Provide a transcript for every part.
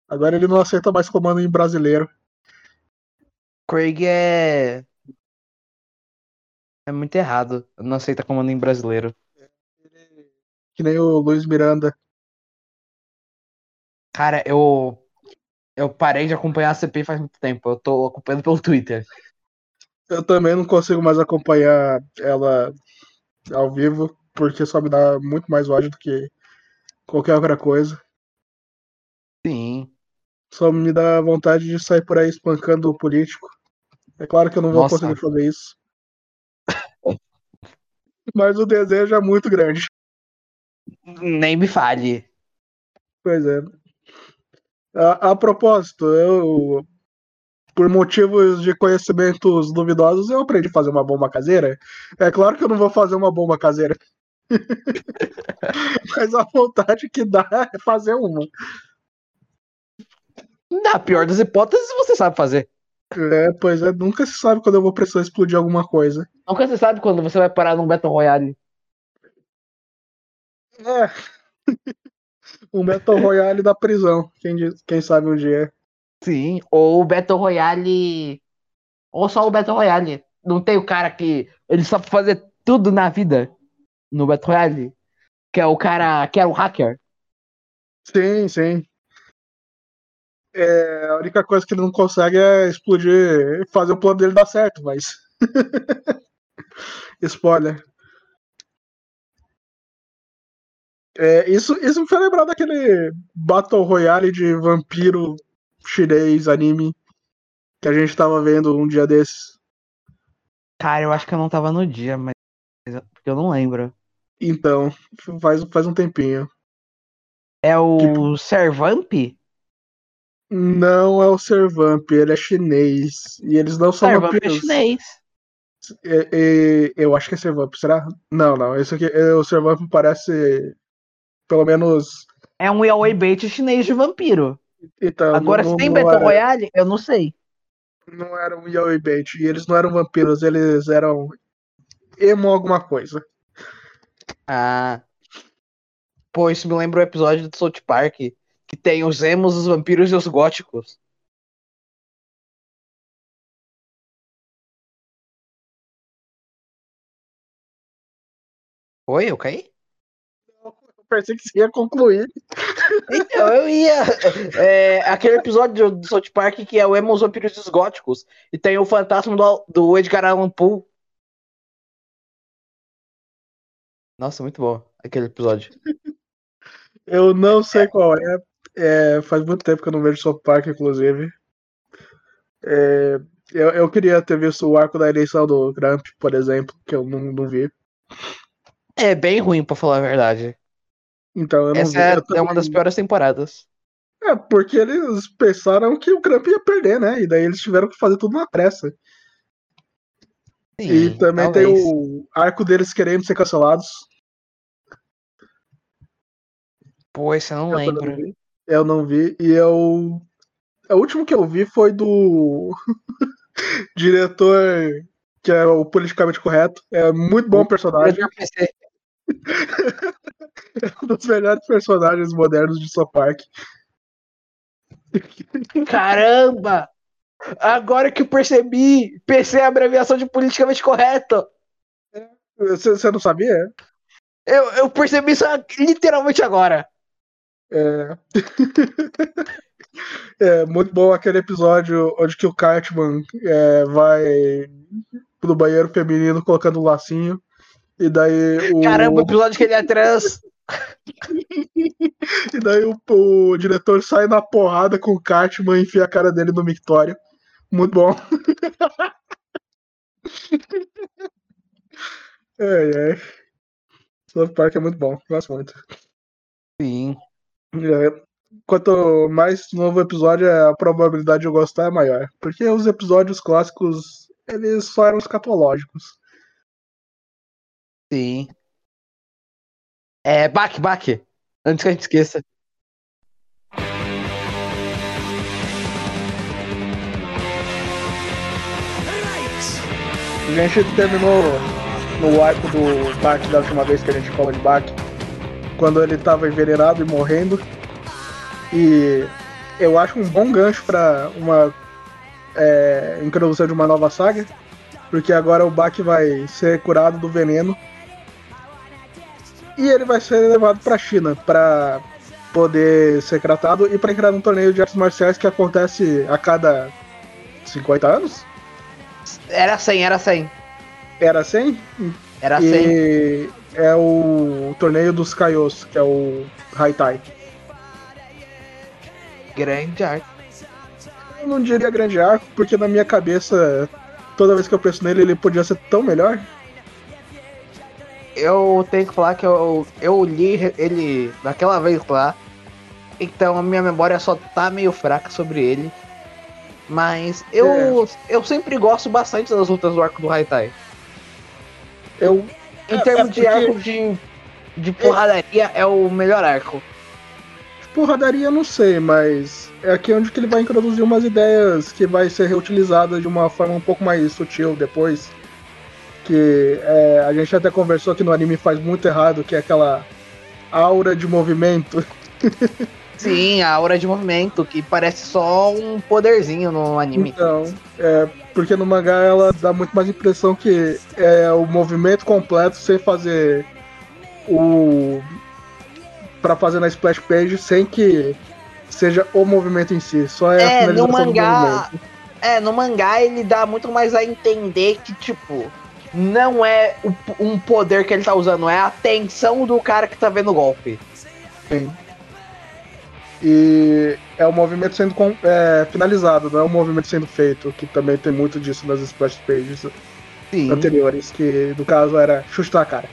Agora ele não aceita mais comando em brasileiro. Craig é muito errado. Não aceita comando em brasileiro. Que nem o Luiz Miranda. Cara, eu parei de acompanhar a CPI faz muito tempo. Eu tô acompanhando pelo Twitter. Eu também não consigo mais acompanhar ela ao vivo, porque só me dá muito mais ódio do que qualquer outra coisa. Sim. Só me dá vontade de sair por aí espancando o político. É claro que eu não vou conseguir Nossa, fazer isso. Mas o desejo é muito grande. nem me fale. Pois é. A propósito, por motivos de conhecimentos duvidosos, eu aprendi a fazer uma bomba caseira. É claro que eu não vou fazer uma bomba caseira, mas a vontade que dá é fazer uma. Na pior das hipóteses, você sabe fazer. É, pois é, nunca se sabe quando eu vou precisar explodir alguma coisa. Nunca você sabe quando você vai parar num Battle Royale. É, um Battle Royale da prisão, quem sabe um dia. Sim, ou o Battle Royale. Ou só o Battle Royale. Não tem o cara que ele sabe fazer tudo na vida no Battle Royale. Que é o cara que era o hacker. Sim, sim. É, a única coisa que ele não consegue é explodir, fazer o plano dele dar certo, mas. Spoiler. É, isso me foi lembrar daquele Battle Royale de vampiro chinês anime que a gente tava vendo um dia desses. Cara, eu acho que eu não tava no dia, mas. Porque eu não lembro. Então, faz um tempinho. É Que o Servamp? não é o Servamp, ele é chinês. E eles não são Servamp é vampiros. chinês. Eu acho que é Servamp, será? Não, não. Esse aqui, o Servamp parece, pelo menos. É um yaoi bait chinês de vampiro. Então, Agora, se tem Battle Royale, eu não sei. não era um Yaoi Bait. E eles não eram vampiros, eles eram emo alguma coisa. Ah, pô, isso me lembra o episódio do South Park, que tem os emos, os vampiros e os góticos. Oi, eu caí? Eu pensei que você ia concluir. Então, eu ia. Aquele episódio do South Park que é o emo, os vampiros e os góticos. E tem o fantasma do Edgar Allan Poe. Nossa, muito bom aquele episódio. Eu não sei qual é. Faz muito tempo que eu não vejo South Park, inclusive. Eu queria ter visto o arco da eleição do Trump, por exemplo, que eu não vi. É bem ruim, pra falar a verdade. Então eu não Essa vi. Eu é uma das também. piores temporadas. Porque eles pensaram que o Trump ia perder, né? E daí eles tiveram que fazer tudo na pressa. E Sim, também tem talvez. o arco deles querendo ser cancelados. Pô, esse eu não Eu também não lembro. vi. Eu não vi. O último que eu vi foi do diretor, que é o politicamente correto. É muito bom O personagem. diretor PC. É um dos melhores personagens modernos de South Park. Caramba! Agora que eu percebi, PC é a abreviação de politicamente correto. Você não sabia? Eu percebi isso literalmente agora. É, é muito bom aquele episódio onde que o Cartman vai pro banheiro feminino colocando um lacinho. E daí Caramba, o o, episódio que ele é trans. e daí o diretor sai na porrada com o Cartman e enfia a cara dele no mictório. Muito bom. É, é. South Park é muito bom. Gosto muito. Sim, É, quanto mais novo o episódio, a probabilidade de eu gostar é maior. Porque os episódios clássicos, eles só eram escatológicos. sim. Baque. Antes que a gente esqueça. A gente terminou no arco do Bach da última vez que a gente falou de Bach, quando ele tava envenenado e morrendo. E eu acho um bom gancho pra uma introdução de uma nova saga, porque agora o Baki vai ser curado do veneno e ele vai ser levado pra China pra poder ser tratado e pra entrar num torneio de artes marciais que acontece a cada 50 anos? Era 100, era 100. Era 100? Era 100. E é o torneio dos Kaios, que é o Haitai. Grande arte. Eu não diria grande arco, porque na minha cabeça, toda vez que eu penso nele, ele podia ser tão melhor. Eu tenho que falar que eu li ele daquela vez lá. Então a minha memória só tá meio fraca sobre ele. Mas eu sempre gosto bastante das lutas do arco do Haitai. Em termos de arco de porradaria, é o melhor arco. Porradaria eu não sei, mas é aqui onde que ele vai introduzir umas ideias que vai ser reutilizada de uma forma um pouco mais sutil depois. Que a gente até conversou que no anime faz muito errado, que é aquela aura de movimento. Sim, a aura de movimento, que parece só um poderzinho no anime. Então, porque no mangá ela dá muito mais impressão que é o movimento completo sem fazer pra fazer na splash page sem que seja o movimento em si, só a finalização no mangá, do movimento. No mangá ele dá muito mais a entender que, tipo, não é um poder que ele tá usando, é a tensão do cara que tá vendo o golpe. Sim. E é o movimento sendo finalizado, não é o movimento sendo feito, que também tem muito disso nas splash pages anteriores, que no caso era chutar a cara.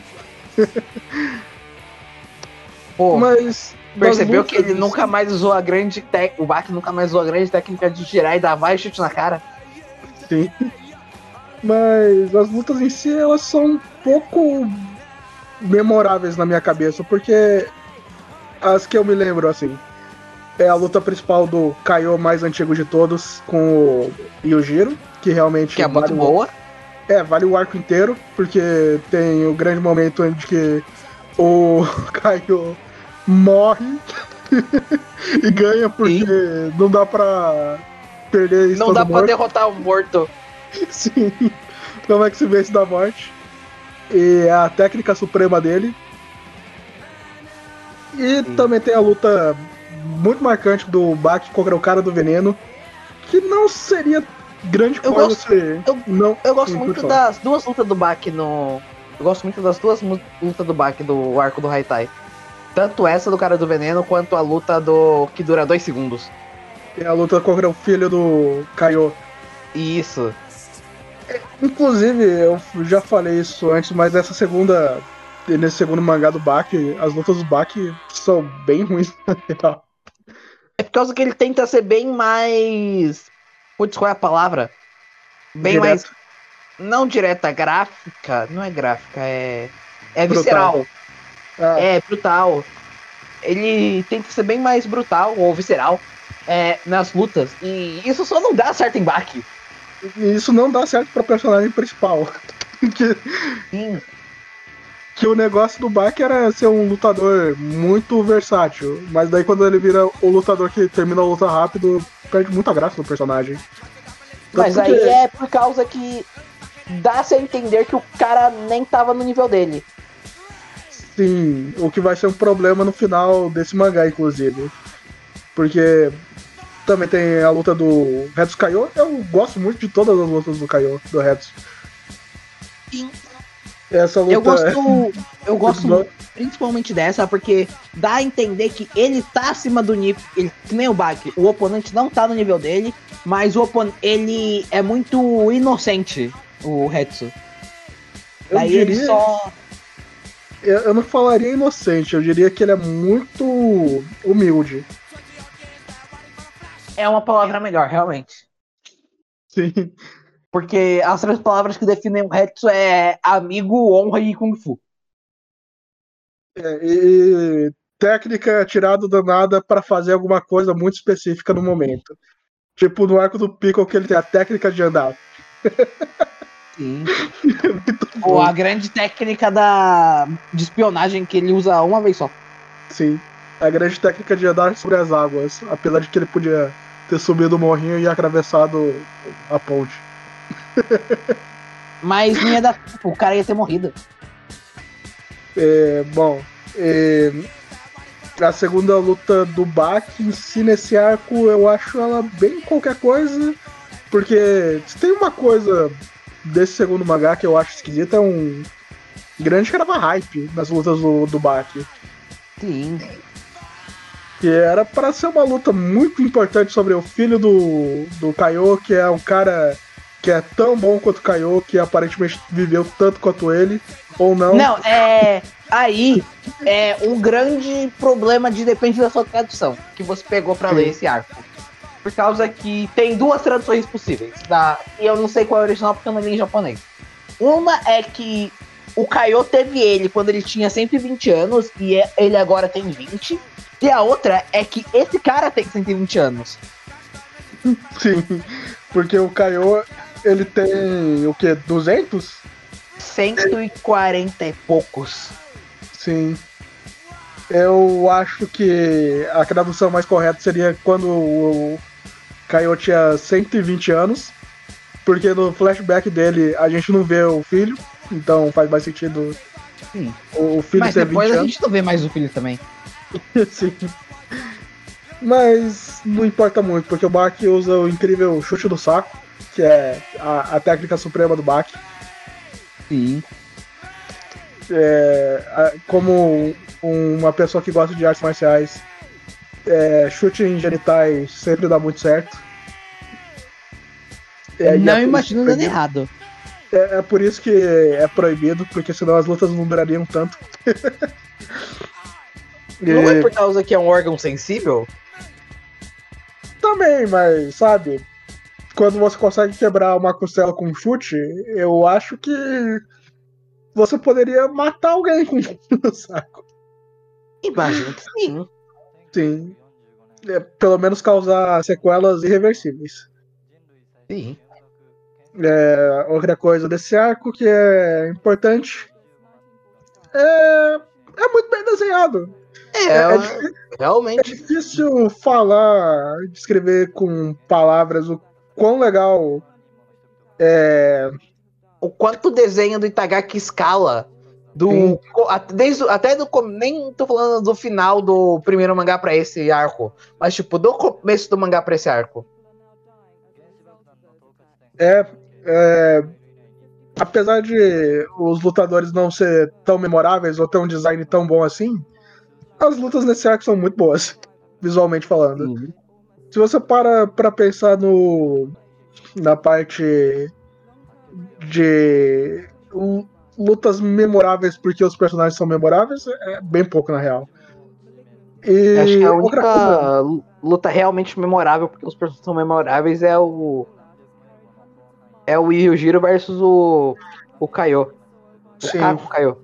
Pô, mas percebeu que ele nunca mais usou a grande técnica, o Baki nunca mais usou a grande técnica de girar e dar vários chutes na cara? Sim. Mas as lutas em si, elas são um pouco memoráveis na minha cabeça, porque as que eu me lembro, assim, é a luta principal do Kaiô mais antigo de todos com o Yujiro, que realmente que é muito boa. Vale o arco inteiro, porque tem o grande momento em que o Kaiô morre e ganha porque não dá pra perder isso. Não dá pra derrotar o morto. Sim, como é que se vence da morte? E é a técnica suprema dele. E também tem a luta muito marcante do Baki contra o cara do veneno, que não seria grande coisa eu gosto muito das duas lutas do Baki no. Eu gosto muito das duas lutas do Baki do arco do Haitai. Tanto essa do cara do veneno quanto a luta do que dura 2 segundos. É a luta contra o filho do Kaiô. Isso. Inclusive, eu já falei isso antes, mas nesse segundo mangá do Baki, as lutas do Baki são bem ruins, na real. É por causa que ele tenta ser bem mais. Putz, qual é a palavra? Bem Direto. mais. Não direta, gráfica. Não é gráfica, é visceral. É brutal. Ele tenta ser bem mais brutal ou visceral nas lutas. E isso só não dá certo em Baki. E isso não dá certo pra personagem principal. Sim. Que o negócio do Baki era ser um lutador muito versátil. Mas daí quando ele vira o lutador que termina a luta rápido, perde muita graça no personagem. Mas aí é por causa que dá-se a entender que o cara nem tava no nível dele. Sim, o que vai ser um problema no final desse mangá, inclusive. Porque também tem a luta do Retsu Kaiô. Eu gosto muito de todas as lutas do Kaiô, do Retsu. Sim. Essa luta eu gosto principalmente dessa, porque dá a entender que ele tá acima do nível, que nem o Baki, o oponente não tá no nível dele, mas ele é muito inocente, o Retsu. Daí ele só... Eu não falaria inocente, eu diria que ele é muito humilde. É uma palavra melhor, realmente. Sim. Porque as 3 palavras que definem o Retsu é amigo, honra e Kung Fu. E técnica tirada do nada pra fazer alguma coisa muito específica no momento. Tipo no arco do Piccolo que ele tem a técnica de andar. Sim. Ou a grande técnica de espionagem que ele usa uma vez só. Sim. A grande técnica de andar sobre as águas, apesar de que ele podia ter subido o morrinho e atravessado a ponte. Mas não ia dar tempo, o cara ia ter morrido. Bom, a segunda luta do Baki em si nesse arco, eu acho ela bem qualquer coisa, porque se tem uma coisa desse segundo mangá que eu acho esquisita, é um grande crava hype nas lutas do Baki. Sim. Que era para ser uma luta muito importante sobre o filho do Kaiô, que é um cara que é tão bom quanto o Kaiô, que aparentemente viveu tanto quanto ele, ou não. Não, aí é um grande problema depende da sua tradução que você pegou pra ler esse arco. Por causa que tem duas traduções possíveis. E eu não sei qual é a original porque eu não li em japonês. Uma é que o Kaiô teve ele quando ele tinha 120 anos e ele agora tem 20. E a outra é que esse cara tem 120 anos. Sim, porque o Kaiô, ele tem o quê? 200? 140 e poucos. Sim. Eu acho que a tradução mais correta seria quando o Kaiô tinha 120 anos, porque no flashback dele a gente não vê o filho, então faz mais sentido o filho Mas ter 20 depois anos. a gente não vê mais o filho também. Sim. Mas não importa muito, porque o Baki usa o incrível chute do saco, que é a técnica suprema do Baki. Sim. Como uma pessoa que gosta de artes marciais, chute em genitais sempre dá muito certo. Não imagino dando errado. É por isso que é proibido, porque senão as lutas não durariam tanto. Não é por causa que é um órgão sensível? Também, mas sabe, quando você consegue quebrar uma costela com um chute, eu acho que você poderia matar alguém com o saco. Imagino que sim. Sim. Pelo menos causar sequelas irreversíveis. Sim. Outra coisa desse arco que é importante é muito bem desenhado. Realmente. É difícil falar, descrever com palavras o quão legal O quanto o desenho do Itagaki escala nem tô falando do final do primeiro mangá pra esse arco, mas tipo, do começo do mangá pra esse arco. Apesar de os lutadores não ser tão memoráveis ou ter um design tão bom assim, as lutas nesse arco são muito boas, visualmente falando. Uhum. Se você para pra pensar na parte de lutas memoráveis porque os personagens são memoráveis, é bem pouco na real. E Acho que a outra coisa, única luta realmente memorável, porque os personagens são memoráveis, é o Yujiro versus o Kaiô. sim. O Kaiô.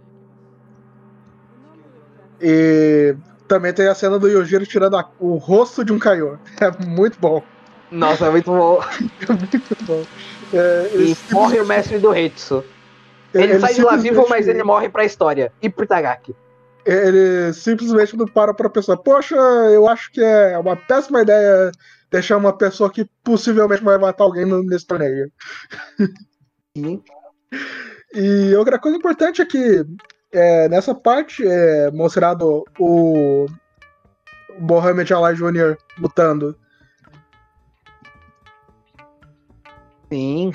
E também tem a cena do Yujiro tirando o rosto de um Kaiô. É muito bom. Nossa, é muito bom. É muito bom. E morre o mestre do Hetsu. Ele sai de lá vivo, mas ele morre pra história. E pro Itagaki. Ele simplesmente não para pra pensar, poxa, eu acho que é uma péssima ideia deixar uma pessoa que possivelmente vai matar alguém nesse torneio. Sim. E outra coisa importante é que nessa parte é mostrado o Mohamed Ali Jr. lutando. Sim.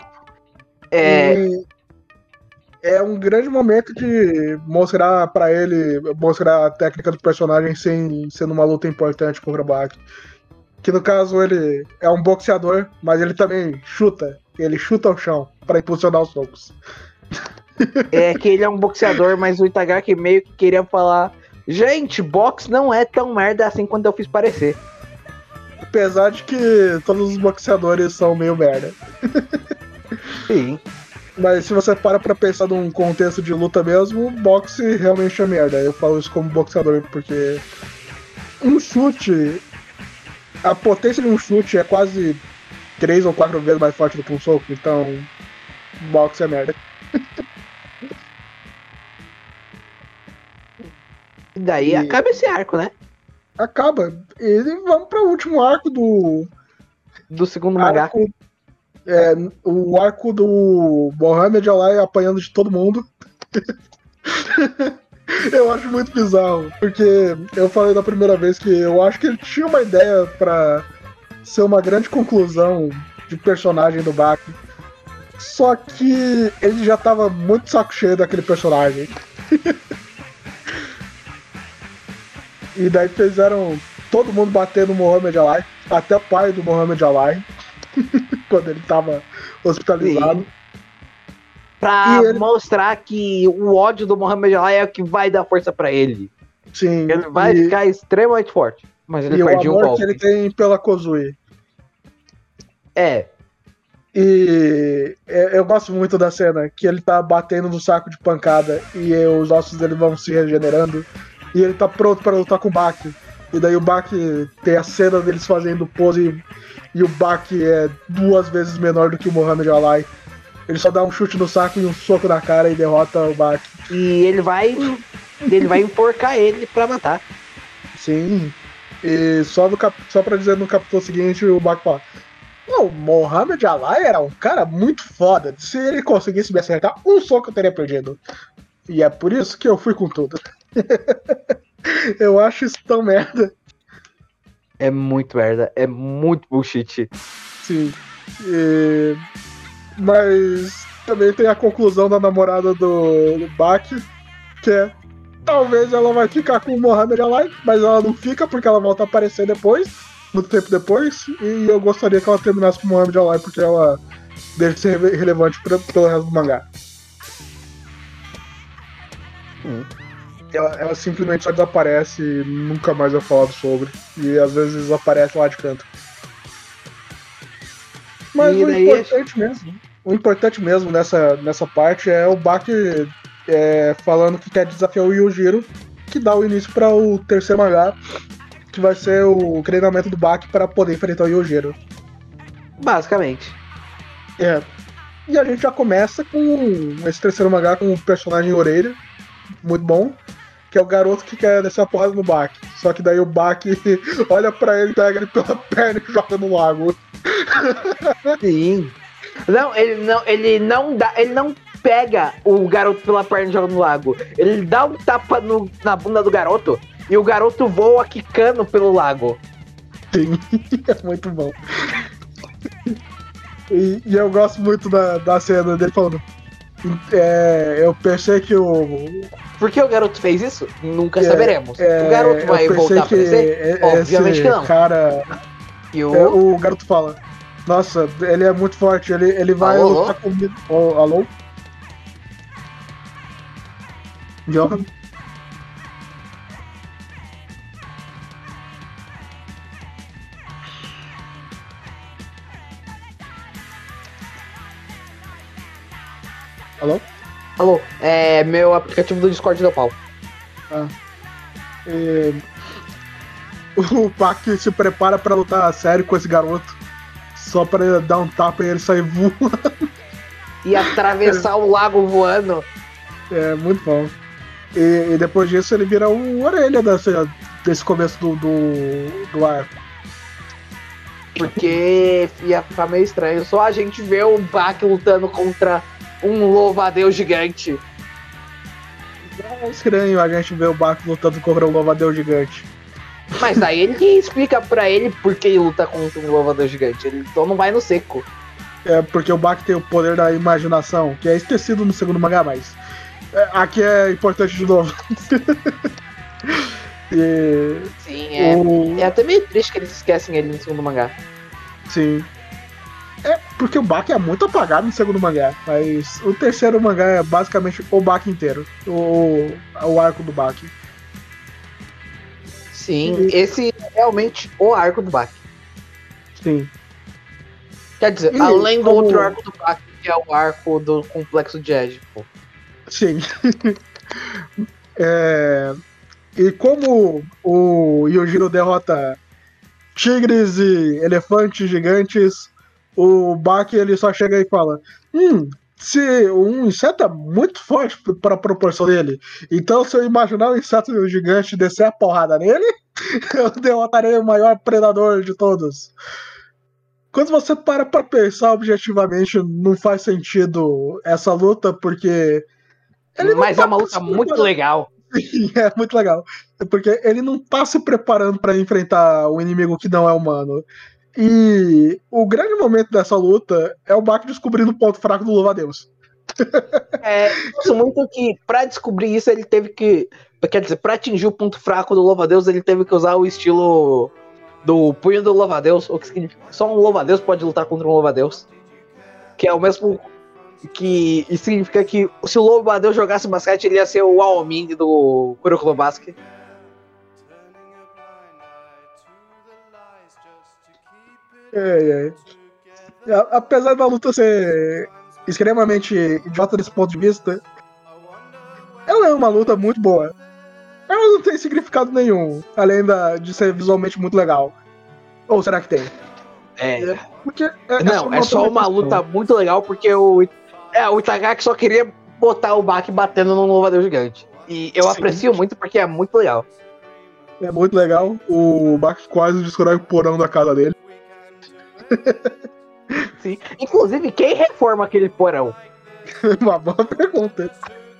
É um grande momento de mostrar pra ele, mostrar a técnica do personagem sem sendo uma luta importante contra o Baki. Que no caso ele é um boxeador, mas ele também chuta. Ele chuta ao chão para impulsionar os socos. É que ele é um boxeador, mas o Itagaki meio que queria falar: gente, boxe não é tão merda assim quanto eu fiz parecer. Apesar de que todos os boxeadores são meio merda. Sim. Mas se você para pra pensar num contexto de luta mesmo, boxe realmente é merda. Eu falo isso como boxeador porque um chute, a potência de um chute é quase 3 ou 4 vezes mais forte do que um soco, então boxe é merda. E daí acaba esse arco, né? acaba. E vamos para o último arco Do segundo mangá. arco, o arco do Mohamed Ali apanhando de todo mundo. Eu acho muito bizarro, porque eu falei da primeira vez que eu acho que ele tinha uma ideia pra ser uma grande conclusão de personagem do Baki. Só que ele já tava muito saco cheio daquele personagem. E daí fizeram todo mundo bater no Mohamed Ali, até o pai do Mohamed Ali, quando ele tava hospitalizado. Sim. Pra E ele- mostrar que o ódio do Mohamed Ali é o que vai dar força pra ele. Sim, Ele vai ficar extremamente forte. Mas ele e o perdeu um amor que golpe. ele tem pela Kozui. É. E eu gosto muito da cena que ele tá batendo no saco de pancada e os ossos dele vão se regenerando e ele tá pronto pra lutar com o Baki. E daí o Baki tem a cena deles fazendo pose e o Baki é 2 vezes menor do que o Mohamed Ali. Ele só dá um chute no saco e um soco na cara e derrota o Baki. E ele vai enforcar ele pra matar. Sim. E só pra dizer no capítulo seguinte, o Baki fala: o Mohamed Ali era um cara muito foda. Se ele conseguisse me acertar, um soco eu teria perdido. E é por isso que eu fui com tudo. Eu acho isso tão merda. É muito merda. É muito bullshit. Sim. Mas também tem a conclusão da namorada do Baki, que é: talvez ela vai ficar com o Mohamed Ali, mas ela não fica porque ela volta a aparecer depois, muito tempo depois, e eu gostaria que ela terminasse com o Mohamed Ali porque ela deve ser relevante pelo resto do mangá. Ela simplesmente só desaparece e nunca mais é falado sobre. E às vezes aparece lá de canto. Mas o importante mesmo nessa parte é o Baki falando que quer desafiar o Yujiro, que dá o início para o terceiro mangá, que vai ser o treinamento do Baki para poder enfrentar o Yujiro. Basicamente. E a gente já começa com esse terceiro mangá com o personagem Orelha, muito bom, que é o garoto que quer descer a porrada no Baki. Só que daí o Baki olha pra ele, pega ele pela perna e joga no lago. Sim. Ele não pega o garoto pela perna e joga no lago. Ele dá um tapa na bunda do garoto e o garoto voa quicando pelo lago. Sim, é muito bom. E eu gosto muito da cena dele falando: eu pensei que Por que o garoto fez isso? Nunca saberemos. O garoto vai eu pensei voltar a aparecer? Obviamente que não. Cara, E o garoto fala: nossa, ele é muito forte, ele vai Alô, lutar comigo. Alô? Johan? Alô? Alô, meu aplicativo do Discord deu pau. O Baki se prepara pra lutar a sério com esse garoto, só pra dar um tapa e ele sair voando. E atravessar o lago voando. É muito bom. E depois disso ele vira o Orelha desse começo do arco. Porque ia ficar meio estranho. Só a gente vê o Baki lutando contra um louva-a-Deus gigante. É estranho a gente ver o Baki lutando contra um louva-a-Deus gigante. Mas aí ele que explica pra ele por que ele luta contra um louva-a-Deus gigante. Ele então não vai no seco. É porque o Baki tem o poder da imaginação, que é esquecido no segundo mangá, mas aqui é importante de novo. Sim, é até meio triste que eles esquecem ele no segundo mangá. Sim. É porque o Baki é muito apagado no segundo mangá, mas o terceiro mangá é basicamente o Baki inteiro. O arco do Baki. Sim, esse é realmente o arco do Baki. Sim. Quer dizer, além do outro arco do Baki, que é o arco do complexo de Édipo. Sim. E como o Yujiro derrota tigres e elefantes gigantes, o Baki ele só chega e fala: se um inseto é muito forte para a proporção dele. Então, se eu imaginar um inseto gigante descer a porrada nele, eu derrotarei o maior predador de todos. Quando você para pra pensar objetivamente, não faz sentido essa luta, porque ele não Mas é tá uma luta muito legal. É muito legal. Porque ele não tá se preparando para enfrentar um inimigo que não é humano. E o grande momento dessa luta é o Bach descobrindo o ponto fraco do Louva-a-Deus. Gosto muito que, pra descobrir isso, ele teve que. Quer dizer, pra atingir o ponto fraco do Louva-a-Deus, ele teve que usar o estilo do punho do Louva-a-Deus, o que significa que só um Louva-a-Deus pode lutar contra um Louva-a-Deus. Que é o mesmo. Que isso significa que se o Louva-a-Deus jogasse basquete, ele ia ser o Yao Ming do Kuroko no Basket. Apesar da luta ser extremamente idiota desse ponto de vista, ela é uma luta muito boa. Ela não tem significado nenhum, além de ser visualmente muito legal. Ou será que tem? Porque Não, é só uma luta muito legal, porque o Itagaki só queria botar o Baki batendo num Louva-a-Deus gigante. E eu aprecio muito porque é muito legal. É muito legal. O Bach quase destrói o porão da casa dele. Sim. Inclusive, quem reforma aquele porão? Uma boa pergunta.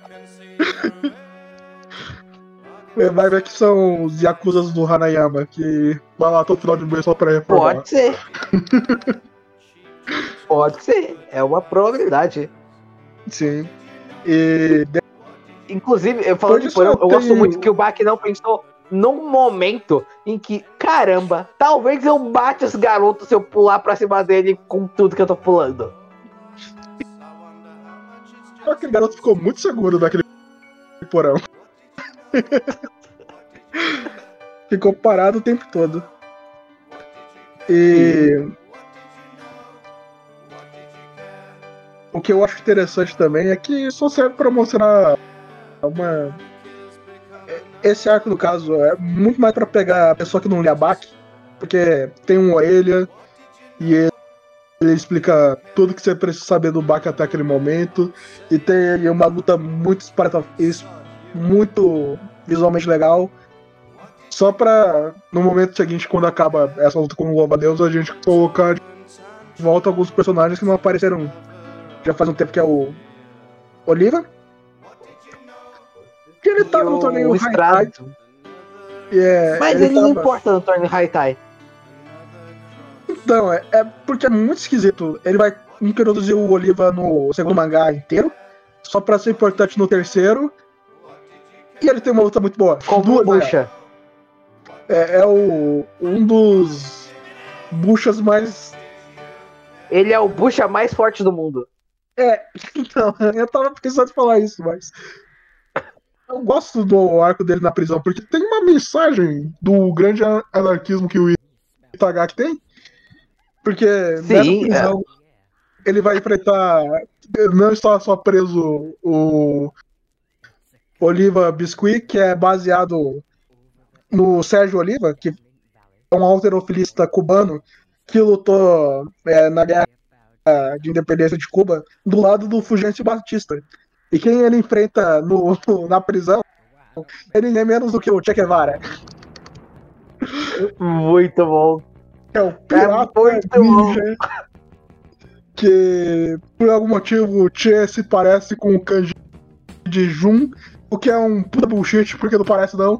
Vai ver que são os Yakuzas do Hanayama, que vai lá todo final de mês só pra reformar. Pode ser. Pode ser. É uma probabilidade. Sim. E... Inclusive, eu falando de porão, eu gosto muito que o Bach não pensou num momento em que, caramba, talvez eu bate esse garoto se eu pular pra cima dele com tudo que eu tô pulando. Aquele garoto ficou muito seguro daquele porão. Ficou parado o tempo todo. E... o que eu acho interessante também é que só serve pra mostrar esse arco, no caso, é muito mais pra pegar a pessoa que não lê a Bach, porque tem uma orelha e ele explica tudo que você precisa saber do Bach até aquele momento, e tem uma luta muito muito visualmente legal, só pra no momento seguinte, quando acaba essa luta com o Louva-a-Deus, a gente colocar de volta alguns personagens que não apareceram já faz um tempo, que é o Oliva, que ele tá no torneio Haitai. Mas ele não importa no torneio Haitai. Então, é porque é muito esquisito. Ele vai introduzir o Oliva no segundo mangá inteiro, só pra ser importante no terceiro. E ele tem uma luta muito boa. Como o Bucha. Um dos Buchas mais... Ele é o Bucha mais forte do mundo. Então, eu tava pensando em falar isso, mas... eu gosto do arco dele na prisão, porque tem uma mensagem do grande anarquismo que o Itagaki tem. Porque nessa prisão ele vai enfrentar... não está só preso o Oliva Biscuit, que é baseado no Sérgio Oliva, que é um halterofilista cubano que lutou na guerra de independência de Cuba do lado do Fulgêncio Batista. E quem ele enfrenta na prisão, ele é menos do que o Che Guevara. Muito bom. É o pirata ninja, que por algum motivo o Che se parece com o kanji de Jun, o que é um puta bullshit, porque não parece não.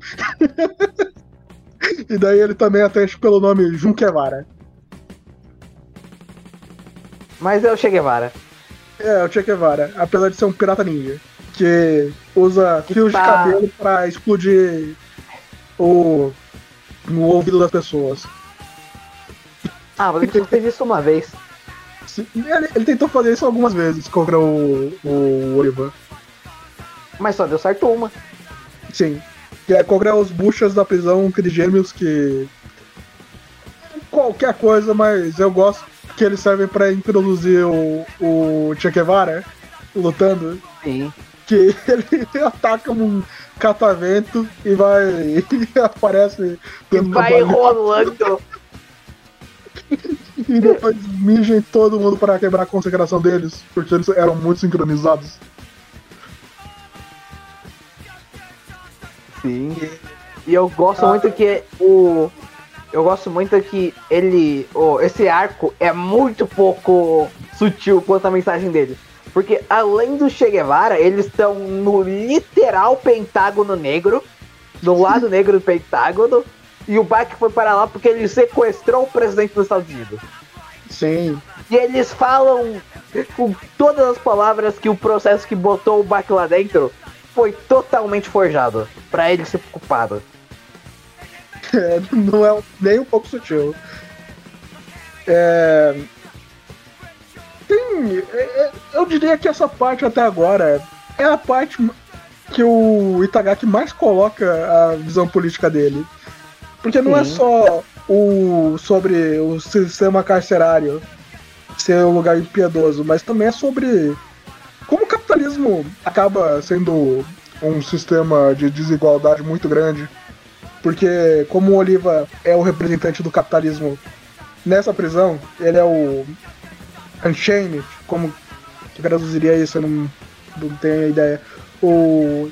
E daí ele também atende pelo nome Jun Guevara. Mas é o Che Guevara. É o Che Guevara, apesar de ser um pirata ninja, que usa fios de cabelo pra explodir no ouvido das pessoas. Mas ele fez isso uma vez. Ele tentou fazer isso algumas vezes contra o Oliva. Mas só deu certo uma. Sim. Que é contra os buchas da prisão trigêmeos, que... qualquer coisa, mas eu gosto que eles servem pra introduzir o Che Guevara lutando. Sim. Que ele ataca um catavento e vai... aparece... e vai rolando. E depois mijem todo mundo para quebrar a concentração deles, porque eles eram muito sincronizados. Sim. E eu gosto muito que eu gosto muito que esse arco é muito pouco sutil quanto à mensagem dele. Porque além do Che Guevara, eles estão no literal Pentágono Negro, do lado negro do Pentágono, e o Bach foi para lá porque ele sequestrou o presidente dos Estados Unidos. Sim. E eles falam com todas as palavras que o processo que botou o Bach lá dentro foi totalmente forjado, para ele ser culpado. Não é nem um pouco sutil. Eu diria que essa parte até agora é a parte que o Itagaki mais coloca a visão política dele. Porque não é só sobre o sistema carcerário ser um lugar impiedoso, mas também é sobre como o capitalismo acaba sendo um sistema de desigualdade muito grande. Porque como o Oliva é o representante do capitalismo nessa prisão, ele é o Unchained, como que traduziria isso? Eu não tenho ideia. O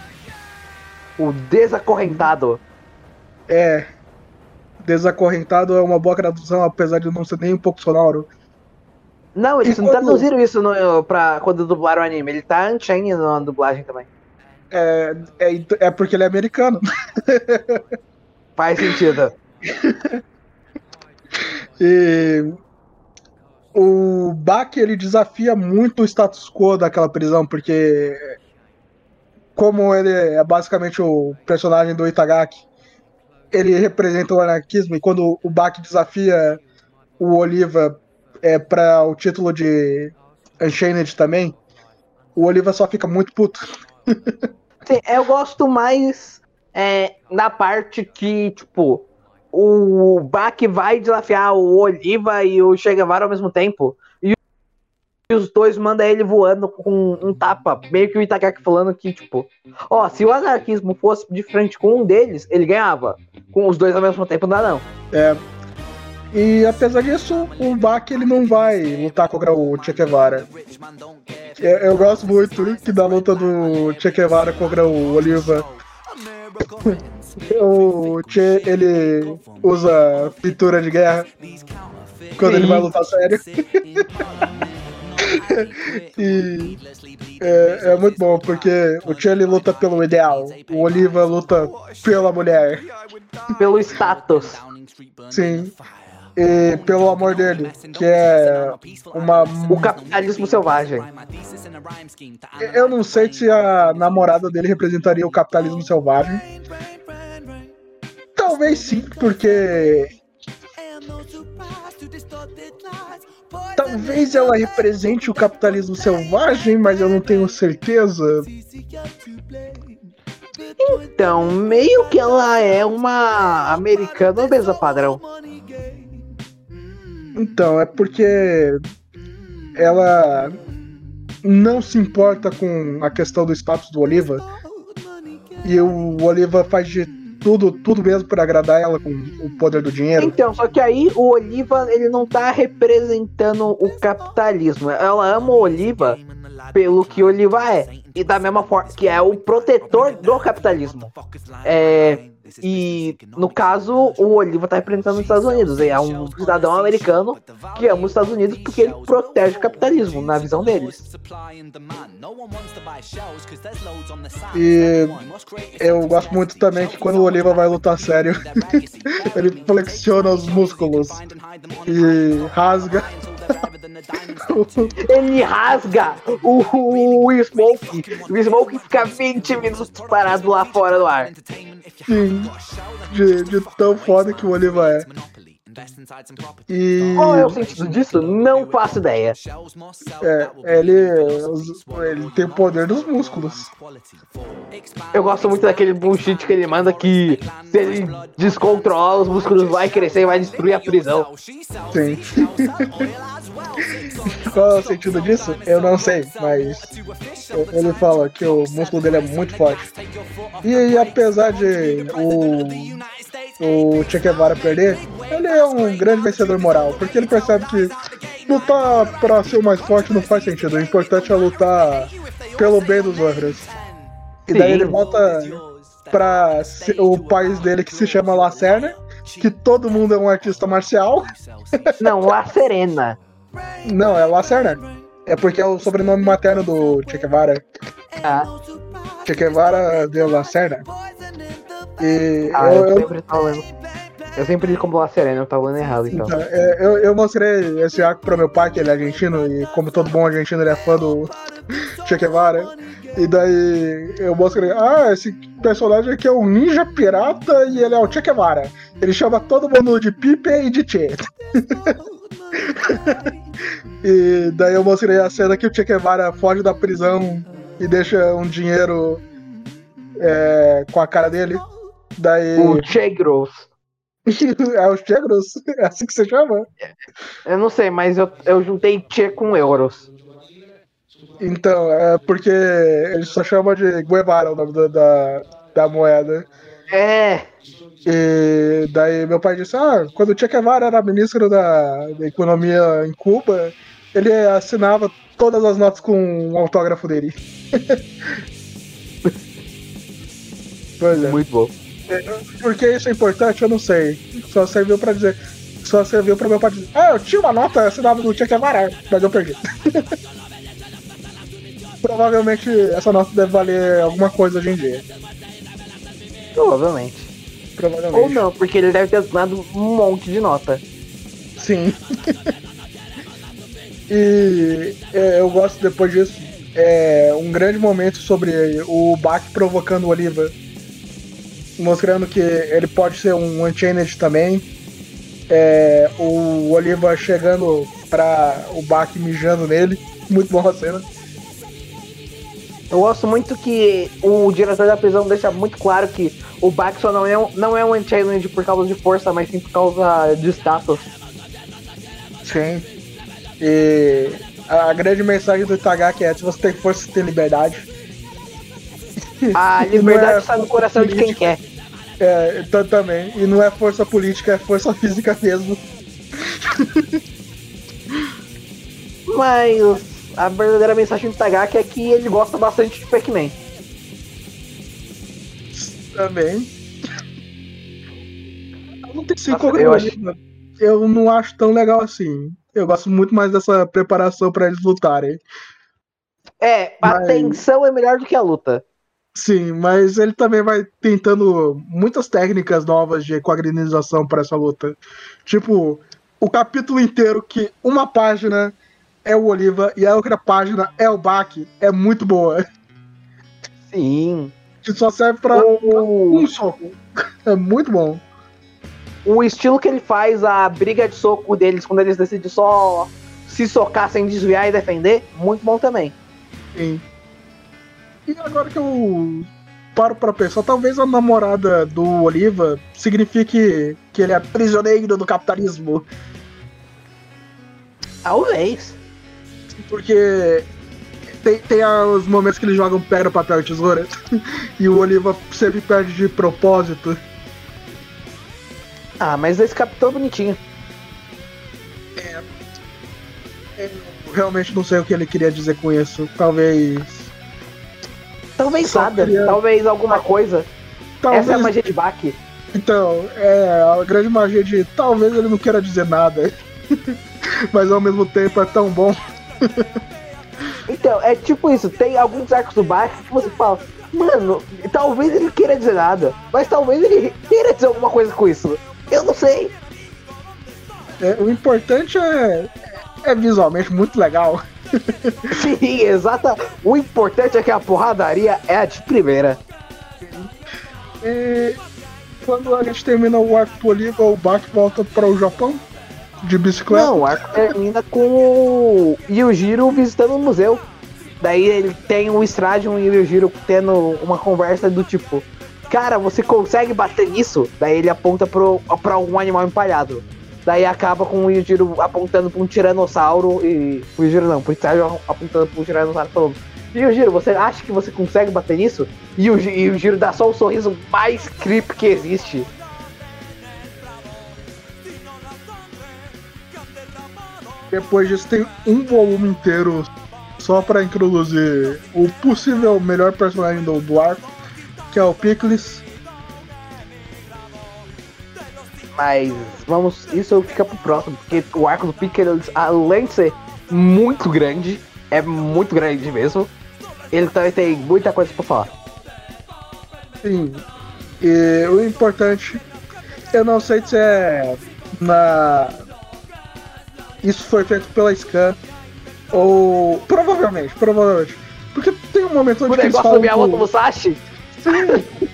desacorrentado. Desacorrentado é uma boa tradução, apesar de não ser nem um pouco sonoro. Não, eles não traduziram isso pra quando dublaram o anime. Ele tá Unchained na dublagem também. É porque ele é americano. Faz sentido. E o Bach, ele desafia muito o status quo daquela prisão, porque como ele é basicamente o personagem do Itagaki, ele representa o anarquismo, e quando o Bach desafia o Oliva para o título de Unchained também, o Oliva só fica muito puto. Sim, eu gosto mais da parte que, tipo, o Bach vai desafiar o Oliva e o Che Guevara ao mesmo tempo. E os dois mandam ele voando com um tapa. Meio que o Itagaki falando que, tipo, se o anarquismo fosse de frente com um deles, ele ganhava. Com os dois ao mesmo tempo, não dá não. E apesar disso, o Bach ele não vai lutar contra o Che Guevara. Eu gosto muito que da luta do Che Guevara contra o Oliva, o Che ele usa pintura de guerra quando ele vai lutar sério. E é muito bom, porque o Che ele luta pelo ideal, o Oliva luta pela mulher. Pelo status. Sim. E pelo amor dele, que é o capitalismo selvagem. Eu não sei se a namorada dele representaria o capitalismo selvagem. Talvez sim, porque talvez ela represente o capitalismo selvagem, mas eu não tenho certeza. Então, meio que ela é uma americana obesa padrão. Então, é porque ela não se importa com a questão do status do Oliva. E o Oliva faz de tudo mesmo para agradar ela com o poder do dinheiro. Então, só que aí o Oliva, ele não tá representando o capitalismo. Ela ama o Oliva pelo que o Oliva é. E da mesma forma que é o protetor do capitalismo. E no caso, o Oliva tá representando os Estados Unidos. É um cidadão americano que ama os Estados Unidos porque ele protege o capitalismo, na visão deles. E eu gosto muito também que quando o Oliva vai lutar sério, ele flexiona os músculos e rasga. Ele rasga o Smoke. O Smoke fica 20 minutos parado lá fora do ar. Sim, de tão foda que o Oliva é. E qual é o sentido disso? Não faço ideia. Ele tem o poder dos músculos. Eu gosto muito daquele bullshit que ele manda que se ele descontrolar os músculos vai crescer e vai destruir a prisão. Sim. Qual é o sentido disso? Eu não sei, mas ele fala que o músculo dele é muito forte. E apesar de o Che Guevara perder, ele é um grande vencedor moral, porque ele percebe que lutar pra ser o mais forte não faz sentido. O importante é lutar pelo bem dos outros. E daí ele volta pra o país dele, que se chama Lacerna, que todo mundo é um artista marcial. Não, La Serena. Não, é Lacerna. É porque é o sobrenome materno do Che Guevara. Ah, Che Guevara de Lacerna. E eu sempre li como La Serena, eu tava lendo errado, então. eu mostrei esse arco pro meu pai, que ele é argentino, e como todo bom argentino, ele é fã do Che Guevara. E daí eu mostrei, esse personagem aqui é um ninja pirata e ele é o Che Guevara. Ele chama todo mundo de Pipe e de Che. E daí eu mostrei a cena que o Che Guevara foge da prisão e deixa um dinheiro com a cara dele. Daí... O Che Gross. É os Che Gross? É assim que você chama? Eu não sei, mas eu juntei Che com euros. Então, é porque ele só chama de Guevara o nome da moeda. É. E daí meu pai disse, quando o Che Guevara era ministro da economia em Cuba, ele assinava todas as notas com o autógrafo dele. Pois é. Muito bom. Por que isso é importante, eu não sei. Só serviu pra meu pai dizer, eu tinha uma nota assinada do Che Guevara, mas eu perdi. Provavelmente essa nota deve valer alguma coisa hoje em dia. Provavelmente. Ou não, porque ele deve ter assinado um monte de nota. Sim. E eu gosto depois disso. Um grande momento sobre o Bach provocando o Oliva. Mostrando que ele pode ser um Unchained também. O Oliva chegando pra o Bach mijando nele. Muito boa a cena. Eu gosto muito que o diretor da prisão deixa muito claro que o Bach só não é um Unchained por causa de força, mas sim por causa de status. Sim. E a grande mensagem do Itagaki é: se você tem força, você tem liberdade. A liberdade está no coração de quem quer. Também. E não é força política, é força física mesmo. Mas a verdadeira mensagem do Itagaki é que ele gosta bastante de Pac-Man. Também. Eu não tenho 5 eu não acho tão legal assim. Eu gosto muito mais dessa preparação pra eles lutarem. A tensão é melhor do que a luta. Sim, mas ele também vai tentando muitas técnicas novas de quadrinização para essa luta. Tipo, o capítulo inteiro que uma página é o Oliva e a outra página é o Bach é muito boa. Sim. Que só serve pra um soco. É muito bom. O estilo que ele faz, a briga de soco deles, quando eles decidem só se socar sem desviar e defender, muito bom também. Sim. E agora que eu paro pra pensar, talvez a namorada do Oliva signifique que ele é prisioneiro do capitalismo. Talvez. Porque tem os momentos que eles jogam pedra, papel e tesoura e o Oliva sempre perde de propósito. Mas esse capitão é bonitinho. Eu realmente não sei o que ele queria dizer com isso. Talvez nada. Talvez alguma coisa. Essa é a magia de Bach. Então, a grande magia de talvez ele não queira dizer nada. Mas ao mesmo tempo é tão bom. Então, é tipo isso. Tem alguns arcos do Bach que você fala, mano, talvez ele queira dizer nada, mas talvez ele queira dizer alguma coisa com isso. Eu não sei. O importante é visualmente muito legal. Sim, exata. O importante é que a porradaria é a de primeira. E quando a gente termina o arco do Oliva, o Bach volta para o Japão de bicicleta. Não, o arco termina com o Yujiro visitando o museu. Daí ele tem o Stradon e o Yujiro tendo uma conversa do tipo, cara, você consegue bater nisso? Daí ele aponta pra algum animal empalhado. Daí acaba com o Yujiro apontando pra um tiranossauro e... O Yujiro não, pro Stradon apontando pra um tiranossauro falando, Yujiro, você acha que você consegue bater nisso? E o Yujiro dá só o sorriso mais creepy que existe. Depois disso tem um volume inteiro só pra introduzir o possível melhor personagem do arco, que é o Pickles. Mas isso fica pro próximo, porque o arco do Pickles, além de ser muito grande, é muito grande mesmo, ele também tem muita coisa pra falar. Sim. E o importante, eu não sei se é na. Isso foi feito pela Scan, ou. Provavelmente. Porque tem um momento onde O eles negócio falam do Miyamoto Musashi? Sim.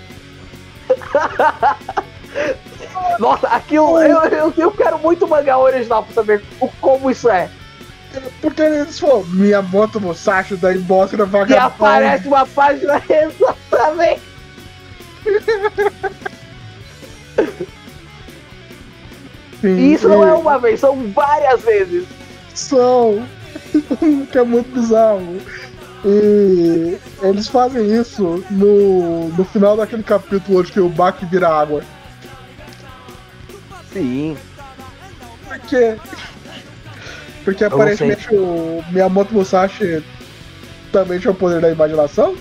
Nossa, aquilo. Eu quero muito o mangá original pra saber como isso é. Porque eles falam Miyamoto Musashi, daí mostra E vagabundo. aparece uma página exatamente. E isso não é uma vez, são várias vezes. São. Que é muito bizarro. E eles fazem isso no final daquele capítulo onde que o Baki vira água. Sim. Por quê? Porque aparentemente o Miyamoto Musashi também tinha o poder da imaginação?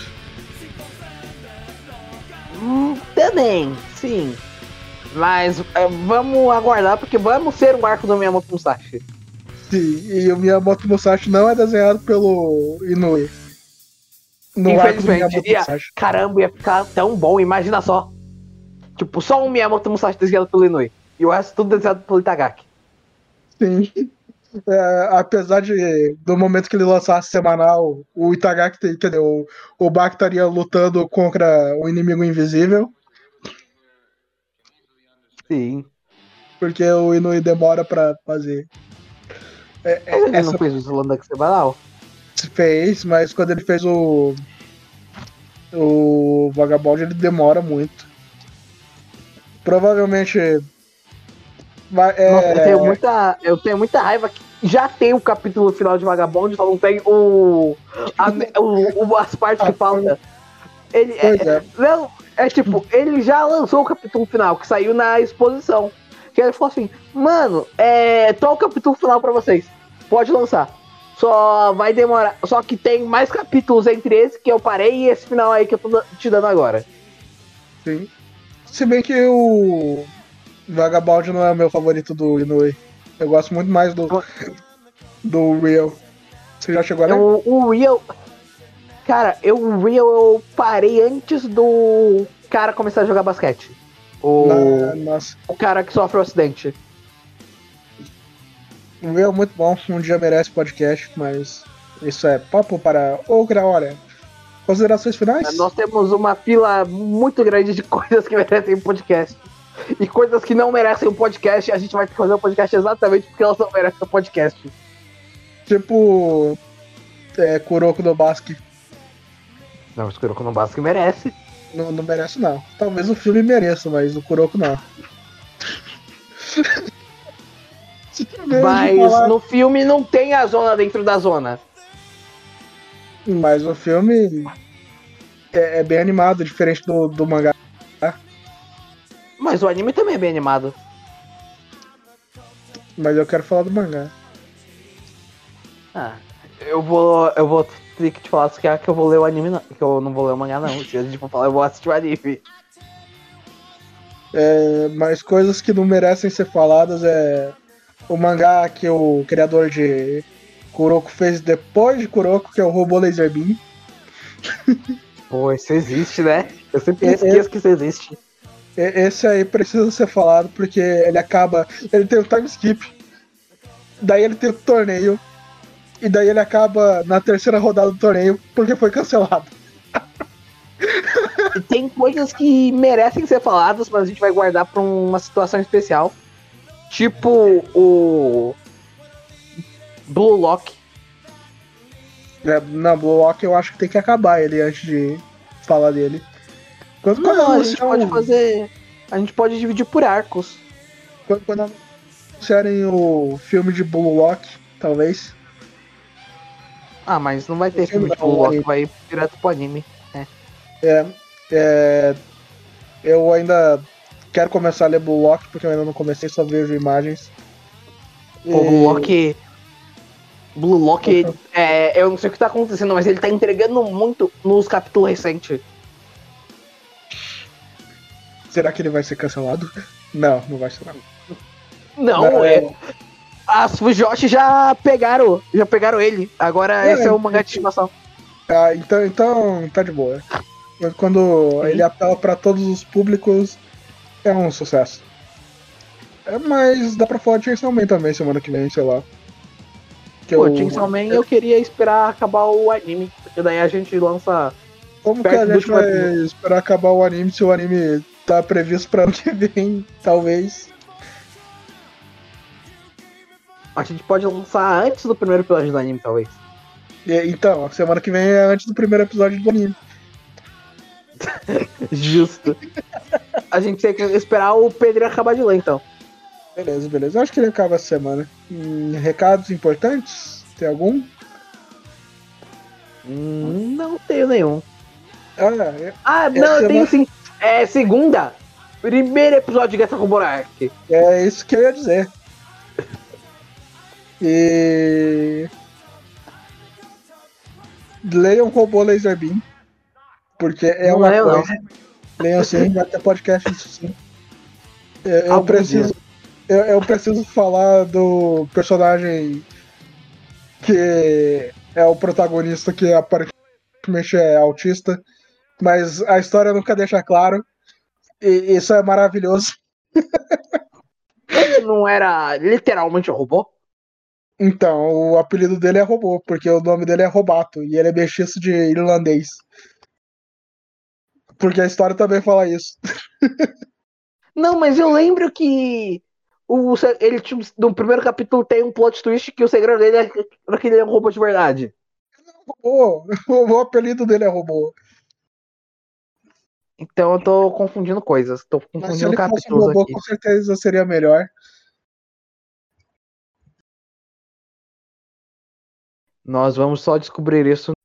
Também, sim. Mas vamos aguardar, porque vamos ser um arco do Miyamoto Musashi. Sim, e o Miyamoto Musashi não é desenhado pelo Inoue. No arco do Infelizmente. Miyamoto Musashi. Caramba, ia ficar tão bom, imagina só. Tipo, só um Miyamoto Musashi desenhado pelo Inoue. E o resto tudo desenhado pelo Itagaki. Sim. Apesar do momento que ele lançasse semanal, o Itagaki, quer dizer, o Baki estaria lutando contra o inimigo invisível, Sim. porque o Inoue demora pra fazer. Mas ele Essa não fez o Slandunk semanal? fez, mas quando ele fez o Vagabond, ele demora muito. Provavelmente. Nossa, eu tenho muita raiva que já tem o capítulo final de Vagabond, só não tem as partes que faltam. Ele não, tipo, ele já lançou o capítulo final, que saiu na exposição. Que ele falou assim, mano, tô o capítulo final pra vocês. Pode lançar. Só vai demorar. Só que tem mais capítulos entre esse que eu parei e esse final aí que eu tô te dando agora. Sim. Se bem que o Vagabond não é o meu favorito do Inoue. Eu gosto muito mais do Real. Você já chegou a ler? O Real. Cara, o Real eu parei antes do cara começar a jogar basquete. Nossa. O cara que sofre o acidente. O Real é muito bom. Um dia merece podcast, mas isso é papo para outra hora. Considerações finais? Nós temos uma fila muito grande de coisas que merecem um podcast. E coisas que não merecem um podcast, a gente vai ter que fazer um podcast exatamente porque elas não merecem um podcast. Tipo. Kuroko no Basque. Não, o Kuroko no Basque merece. Não, não merece, não. Talvez o filme mereça, mas o Kuroko não. Mas no filme não tem a zona dentro da zona. Mas o filme é bem animado, diferente do mangá. Mas o anime também é bem animado. Mas eu quero falar do mangá. Eu vou ter que te falar que eu vou ler o anime, não. Que eu não vou ler o mangá, não. Se a gente for falar, eu vou assistir o anime. Mas coisas que não merecem ser faladas é o mangá que o criador de Kuroko fez depois de Kuroko, que é o Robô Laser Beam. Pô, isso existe, né? Eu sempre esqueço que isso existe. Esse aí precisa ser falado porque ele tem o time skip, daí ele tem o torneio, e daí ele acaba na terceira rodada do torneio porque foi cancelado. Tem coisas que merecem ser faladas, mas a gente vai guardar pra uma situação especial. Tipo o Blue Lock. Na Blue Lock eu acho que tem que acabar ele antes de falar dele. Não, a gente pode fazer. A gente pode dividir por arcos. Quando anunciarem o filme de Blue Lock, talvez. Mas não vai ter filme de Blue Lock, vai direto pro anime. Eu ainda quero começar a ler Blue Lock, porque eu ainda não comecei, só vejo imagens. O Blue Lock. Blue Lock, eu não sei o que tá acontecendo, mas ele tá entregando muito nos capítulos recentes. Será que ele vai ser cancelado? Não, não vai ser não. Não, as Fujoshi já pegaram ele. Agora esse é o mangá de estimação. Então tá de boa. Quando ele apela pra todos os públicos, é um sucesso. Mas dá pra falar de Chainsaw Man também semana que vem, sei lá. Chainsaw Man eu queria esperar acabar o anime, porque daí a gente lança. Como que a gente vai esperar acabar o anime se o anime tá previsto pra ano que vem, talvez? A gente pode lançar antes do primeiro episódio do anime, talvez. Então, a semana que vem é antes do primeiro episódio do anime. Justo. A gente tem que esperar o Pedro acabar de ler, então. Beleza. Eu acho que ele acaba essa semana. Recados importantes? Tem algum? Não tenho nenhum. Eu tenho sim. É segunda. Primeiro episódio de Gata Roborak. É isso que eu ia dizer. E... leiam Robô Laser Beam. Porque é uma coisa. Leiam sim, vai ter podcast disso sim. Eu preciso falar do personagem que é o protagonista, que aparentemente é autista, mas a história nunca deixa claro. E isso é maravilhoso. Ele não era literalmente um robô? Então, o apelido dele é Robô, porque o nome dele é Robato, e ele é mestiço de irlandês. Porque a história também fala isso. Não, mas eu lembro que ele no primeiro capítulo tem um plot twist que o segredo dele é que ele é um robô de verdade. O apelido dele é Robô. Então eu tô confundindo coisas. Tô confundindo Mas se ele fosse um capítulos robô, aqui. com certeza seria melhor. Nós vamos só descobrir isso